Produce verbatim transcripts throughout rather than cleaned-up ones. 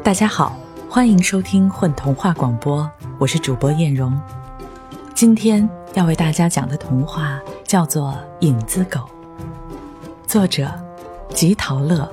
大家好，欢迎收听混童话广播，我是主播艳荣。今天要为大家讲的童话叫做《影子狗》，作者吉陶乐。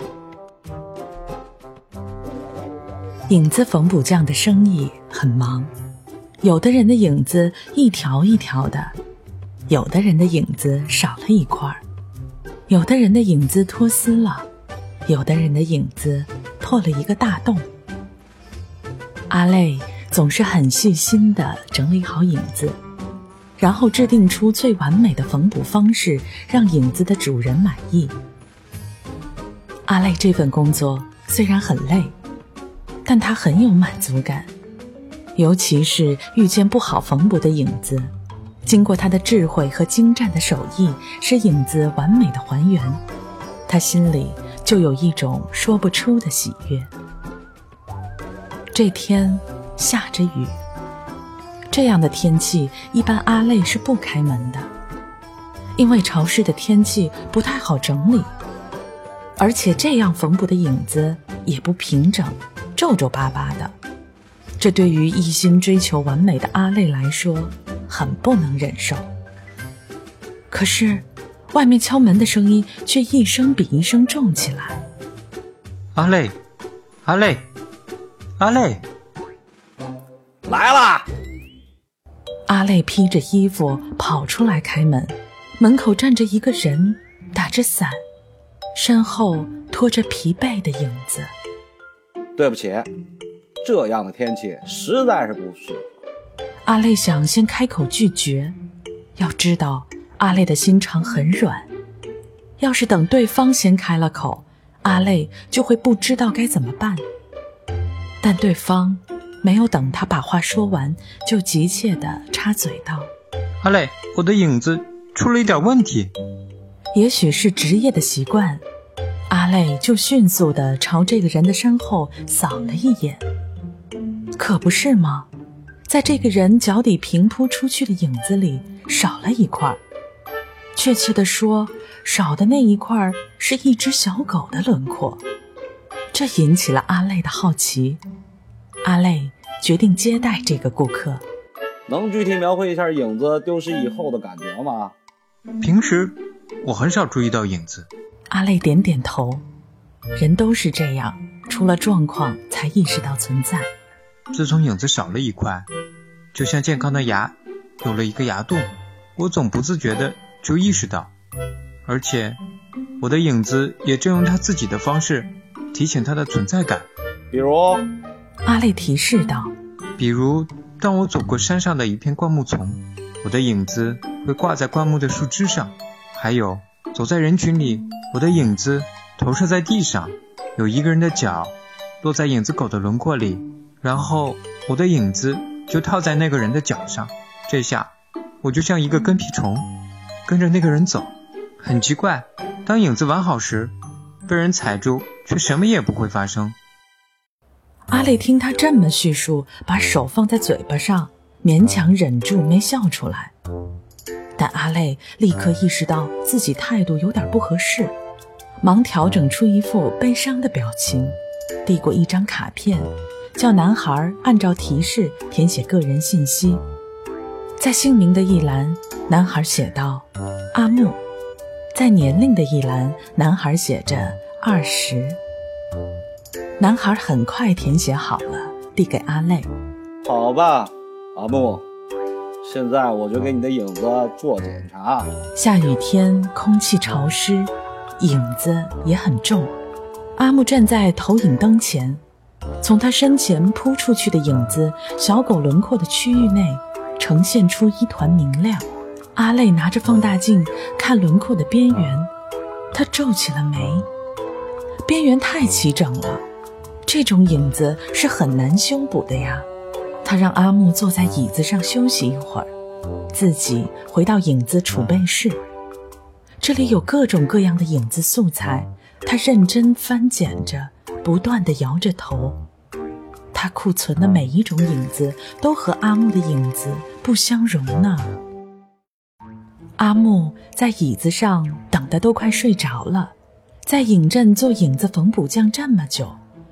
影子缝补匠的生意很忙，有的人的影子一条一条的，有的人的影子少了一块，有的人的影子脱丝了，有的人的影子破了一个大洞。阿累总是很细心地整理好影子，然后制定出最完美的缝补方式，让影子的主人满意。阿累这份工作虽然很累，但他很有满足感，尤其是遇见不好缝补的影子，经过他的智慧和精湛的手艺，使影子完美的还原，他心里就有一种说不出的喜悦。这天下着雨，这样的天气一般阿累是不开门的，因为潮湿的天气不太好整理，而且这样缝补的影子也不平整，皱皱巴巴的，这对于一心追求完美的阿累来说很不能忍受。可是外面敲门的声音却一声比一声重起来。 阿累，阿累，阿累， 来啦！ 阿累披着衣服跑出来开门，门口站着一个人，打着伞，身后拖着疲惫的影子。 对不起，这样的天气实在是不适合。 阿累想先开口拒绝，要知道阿累的心肠很软，要是等对方先开了口，阿累就会不知道该怎么办。但对方没有等他把话说完，就急切地插嘴道： 阿累，我的影子出了一点问题。 也许是职业的习惯，阿累就迅速地朝这个人的身后扫了一眼。可不是吗？在这个人脚底平铺出去的影子里少了一块，确切地说，少的那一块是一只小狗的轮廓。这引起了阿累的好奇，阿累决定接待这个顾客。 能具体描绘一下影子丢失以后的感觉吗？ 平时我很少注意到影子。 阿累点点头，人都是这样，出了状况才意识到存在。 自从影子少了一块，就像健康的牙有了一个牙洞，我总不自觉的就意识到，而且我的影子也正用他自己的方式提醒他的存在感。 比如， 阿累提示道， 比如当我走过山上的一片灌木丛，我的影子会挂在灌木的树枝上，还有走在人群里，我的影子投射在地上，有一个人的脚落在影子狗的轮廓里，然后我的影子就套在那个人的脚上，这下我就像一个跟屁虫，跟着那个人走。很奇怪，当影子完好时，被人踩住却什么也不会发生。 阿累听他这么叙述，把手放在嘴巴上，勉强忍住没笑出来。但阿累立刻意识到自己态度有点不合适，忙调整出一副悲伤的表情，递过一张卡片，叫男孩按照提示填写个人信息。在姓名的一栏，男孩写道阿木，在年龄的一栏，男孩写着二十。男孩很快填写好了，递给阿累。 好吧，阿木，现在我就给你的影子做检查。 下雨天空气潮湿，影子也很重。阿木站在投影灯前，从他身前扑出去的影子，小狗轮廓的区域内呈现出一团明亮。阿累拿着放大镜看轮廓的边缘，他皱起了眉，边缘太齐整了，这种影子是很难修补的呀。他让阿木坐在椅子上休息一会儿，自己回到影子储备室。这里有各种各样的影子素材，他认真翻捡着，不断地摇着头。他库存的每一种影子都和阿木的影子不相容呢。阿木在椅子上等得都快睡着了，在影镇做影子缝补匠这么久，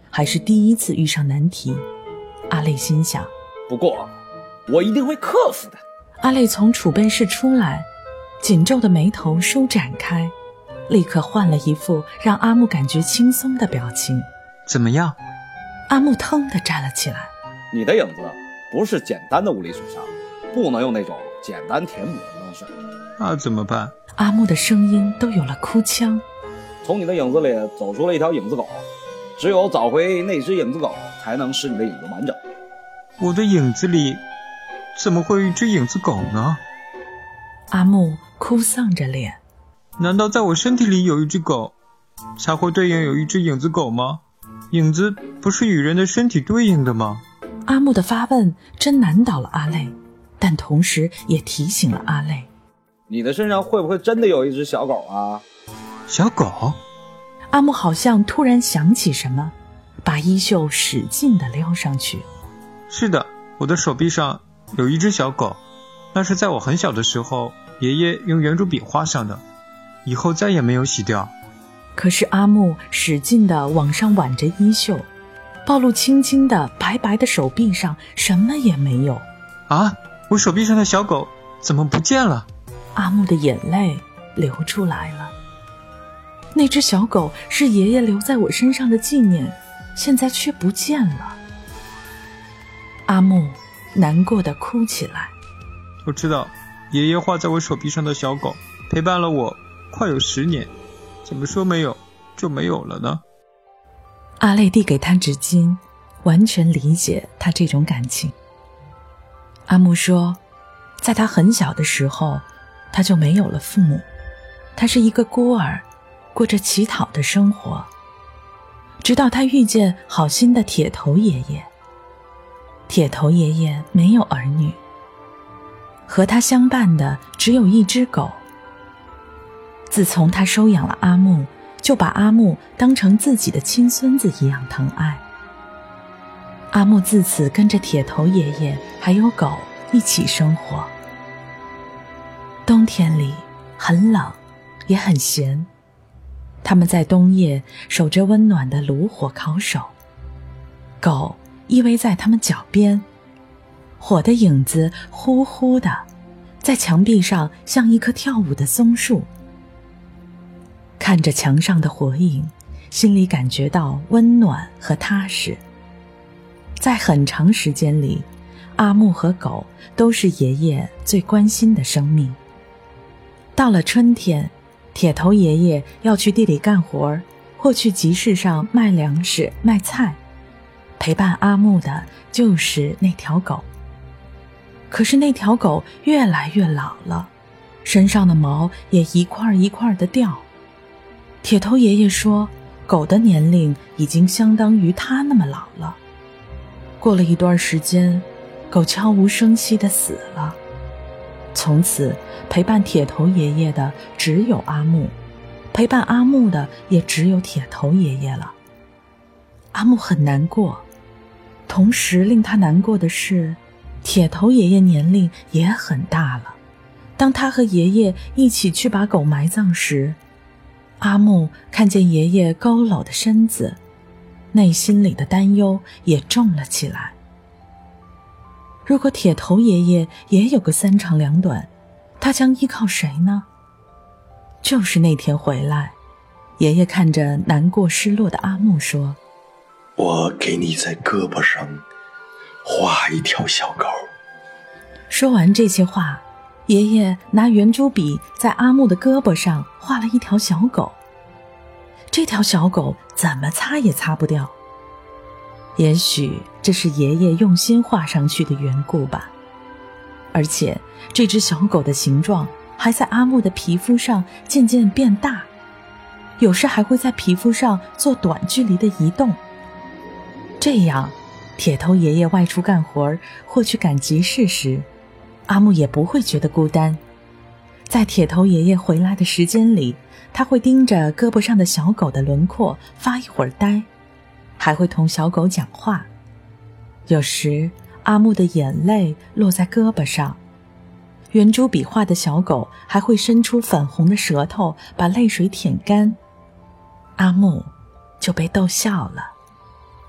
还是第一次遇上难题。阿累心想， 不过我一定会克服的。 阿累从储备室出来，紧皱的眉头舒展开，立刻换了一副让阿木感觉轻松的表情。 怎么样？ 阿木腾地站了起来。 你的影子不是简单的物理属性，不能用那种简单填补的方式。 那怎么办？ 阿木的声音都有了哭腔。 从你的影子里走出了一条影子狗，只有找回那只影子狗，才能使你的影子完整。 我的影子里怎么会有一只影子狗呢？ 阿木哭丧着脸。 难道在我身体里有一只狗，才会对应有一只影子狗吗？影子不是与人的身体对应的吗？ 阿木的发问真难倒了阿累，但同时也提醒了阿累。 你的身上会不会真的有一只小狗啊？ 小狗？ 阿木好像突然想起什么，把衣袖使劲地撩上去。 是的，我的手臂上有一只小狗，那是在我很小的时候爷爷用圆珠笔画上的，以后再也没有洗掉。 可是阿木使劲地往上挽着衣袖，暴露青青的白白的手臂上什么也没有。 啊，我手臂上的小狗怎么不见了？ 阿木的眼泪流出来了。那只小狗是爷爷留在我身上的纪念，现在却不见了。阿木难过地哭起来。 我知道，爷爷画在我手臂上的小狗陪伴了我快有十年，怎么说没有就没有了呢？ 阿累递给他纸巾，完全理解他这种感情。阿木说，在他很小的时候，他就没有了父母，他是一个孤儿，过着乞讨的生活，直到他遇见好心的铁头爷爷。铁头爷爷没有儿女，和他相伴的只有一只狗。自从他收养了阿木，就把阿木当成自己的亲孙子一样疼爱。阿木自此跟着铁头爷爷还有狗一起生活。冬天里很冷也很闲，他们在冬夜守着温暖的炉火烤手，狗依偎在他们脚边，火的影子呼呼的在墙壁上像一棵跳舞的松树。看着墙上的火影，心里感觉到温暖和踏实。在很长时间里，阿木和狗都是爷爷最关心的生命。到了春天，铁头爷爷要去地里干活，或去集市上卖粮食卖菜，陪伴阿木的就是那条狗。可是那条狗越来越老了，身上的毛也一块一块的掉。铁头爷爷说，狗的年龄已经相当于他那么老了。过了一段时间，狗悄无声息地死了。从此陪伴铁头爷爷的只有阿木，陪伴阿木的也只有铁头爷爷了。阿木很难过，同时令他难过的是，铁头爷爷年龄也很大了。当他和爷爷一起去把狗埋葬时，阿木看见爷爷佝偻的身子，内心里的担忧也重了起来。如果铁头爷爷也有个三长两短，他将依靠谁呢？就是那天回来，爷爷看着难过失落的阿木说， 我给你在胳膊上画一条小狗。 说完这些话，爷爷拿圆珠笔在阿木的胳膊上画了一条小狗。这条小狗怎么擦也擦不掉，也许这是爷爷用心画上去的缘故吧。而且这只小狗的形状还在阿木的皮肤上渐渐变大，有时还会在皮肤上做短距离的移动。这样，铁头爷爷外出干活或去赶集市时，阿木也不会觉得孤单。在铁头爷爷回来的时间里，他会盯着胳膊上的小狗的轮廓发一会儿呆，还会同小狗讲话。有时阿木的眼泪落在胳膊上，圆珠笔画的小狗还会伸出粉红的舌头把泪水舔干，阿木就被逗笑了。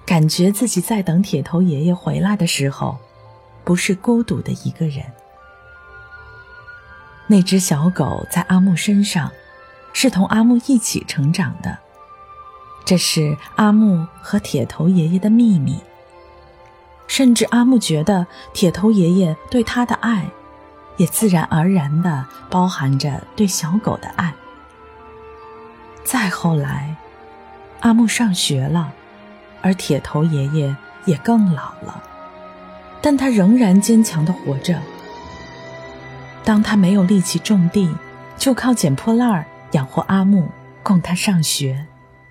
感觉自己在等铁头爷爷回来的时候，不是孤独的一个人。那只小狗在阿木身上，是同阿木一起成长的，这是阿木和铁头爷爷的秘密。甚至阿木觉得铁头爷爷对他的爱，也自然而然地包含着对小狗的爱。再后来，阿木上学了，而铁头爷爷也更老了，但他仍然坚强地活着。当他没有力气种地，就靠捡破烂儿养活阿木，供他上学。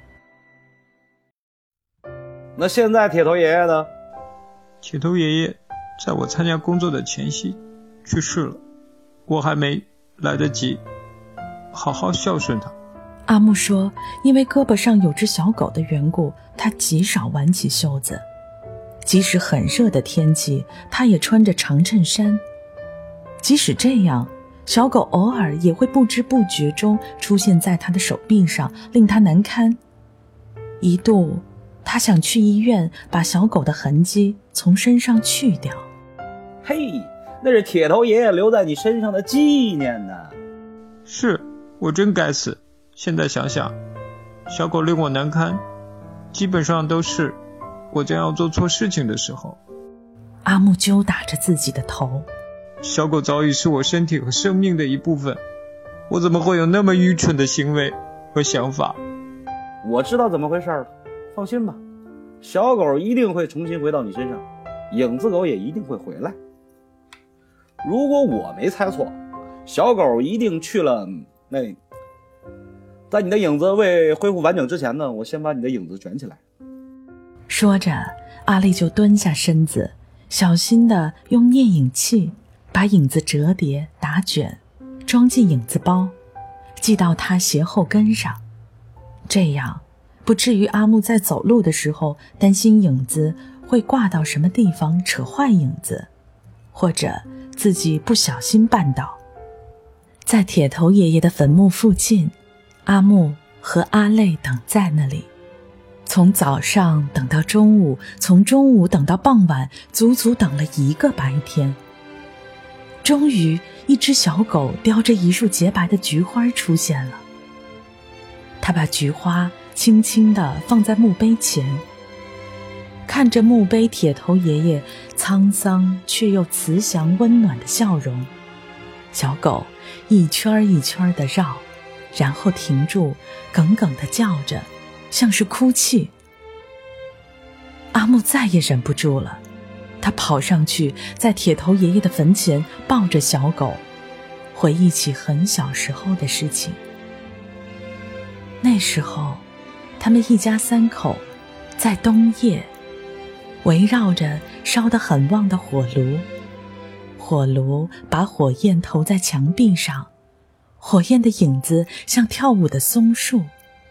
那现在铁头爷爷呢？ 铁头爷爷在我参加工作的前夕去世了，我还没来得及好好孝顺他。 阿木说，因为胳膊上有只小狗的缘故，他极少挽起袖子，即使很热的天气，他也穿着长衬衫。即使这样，小狗偶尔也会不知不觉中出现在他的手臂上，令他难堪。一度他想去医院把小狗的痕迹从身上去掉。 嘿，那是铁头爷爷留在你身上的纪念呢。 是，我真该死。现在想想，小狗令我难堪，基本上都是我将要做错事情的时候。 阿木揪打着自己的头。 小狗早已是我身体和生命的一部分，我怎么会有那么愚蠢的行为和想法？ 我知道怎么回事了，放心吧，小狗一定会重新回到你身上，影子狗也一定会回来。如果我没猜错，小狗一定去了那，在你的影子未恢复完整之前呢，我先把你的影子卷起来。 说着，阿丽就蹲下身子，小心地用镊影器把影子折叠打卷，装进影子包，系到他鞋后跟上，这样不至于阿木在走路的时候担心影子会挂到什么地方扯坏影子，或者自己不小心绊倒。在铁头爷爷的坟墓附近，阿木和阿累等在那里，从早上等到中午，从中午等到傍晚，足足等了一个白天。终于，一只小狗叼着一束洁白的菊花出现了。它把菊花轻轻地放在墓碑前，看着墓碑铁头爷爷沧桑却又慈祥温暖的笑容，小狗一圈一圈地绕，然后停住，哽哽地叫着，像是哭泣。阿木再也忍不住了，他跑上去，在铁头爷爷的坟前抱着小狗，回忆起很小时候的事情。那时候，他们一家三口在冬夜，围绕着烧得很旺的火炉，火炉把火焰投在墙壁上，火焰的影子像跳舞的松树。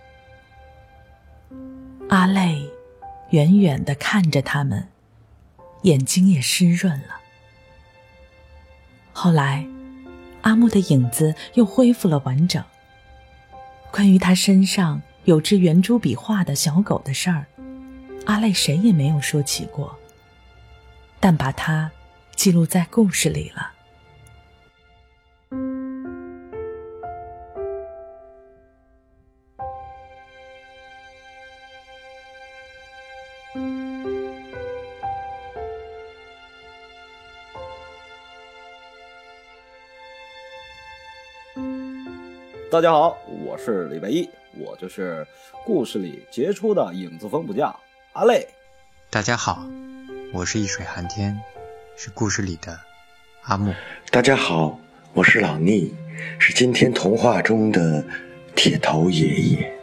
阿累远远地看着他们，眼睛也湿润了。后来，阿木的影子又恢复了完整。关于他身上有只圆珠笔画的小狗的事儿，阿累谁也没有说起过，但把它记录在故事里了。 大家好，我是李白一，我就是故事里杰出的影子缝补匠阿累。 大家好，我是一水寒天，是故事里的阿木。 大家好，我是老聂，是今天童话中的铁头爷爷。